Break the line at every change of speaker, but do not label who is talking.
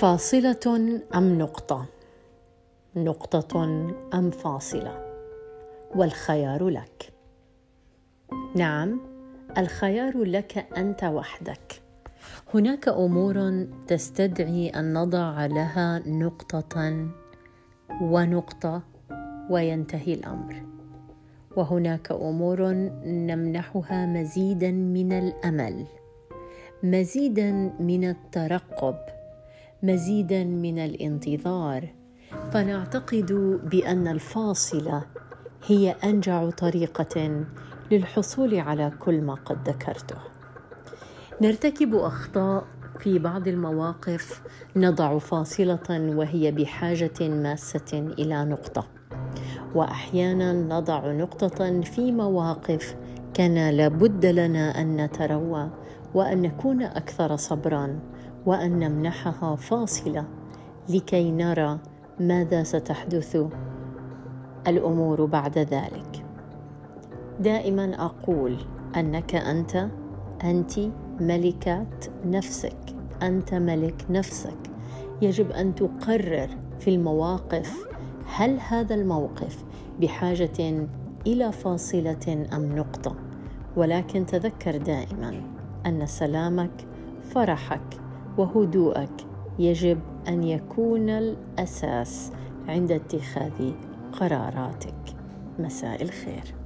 فاصلة أم نقطة؟ نقطة أم فاصلة؟ والخيار لك. نعم، الخيار لك أنت وحدك. هناك أمور تستدعي أن نضع لها نقطة ونقطة وينتهي الأمر، وهناك أمور نمنحها مزيدا من الأمل، مزيدا من الترقب، مزيدا من الانتظار، فنعتقد بأن الفاصلة هي أنجع طريقة للحصول على كل ما قد ذكرته. نرتكب أخطاء في بعض المواقف، نضع فاصلة وهي بحاجة ماسة إلى نقطة، وأحيانا نضع نقطة في مواقف كان لابد لنا أن نتروى وأن نكون أكثر صبرا وأن نمنحها فاصلة لكي نرى ماذا ستحدث الأمور بعد ذلك. دائما أقول أنك أنت ملكة نفسك، أنت ملك نفسك. يجب أن تقرر في المواقف، هل هذا الموقف بحاجة إلى فاصلة أم نقطة؟ ولكن تذكر دائما أن سلامك، فرحك وهدوءك يجب أن يكون الأساس عند اتخاذ قراراتك. مساء الخير.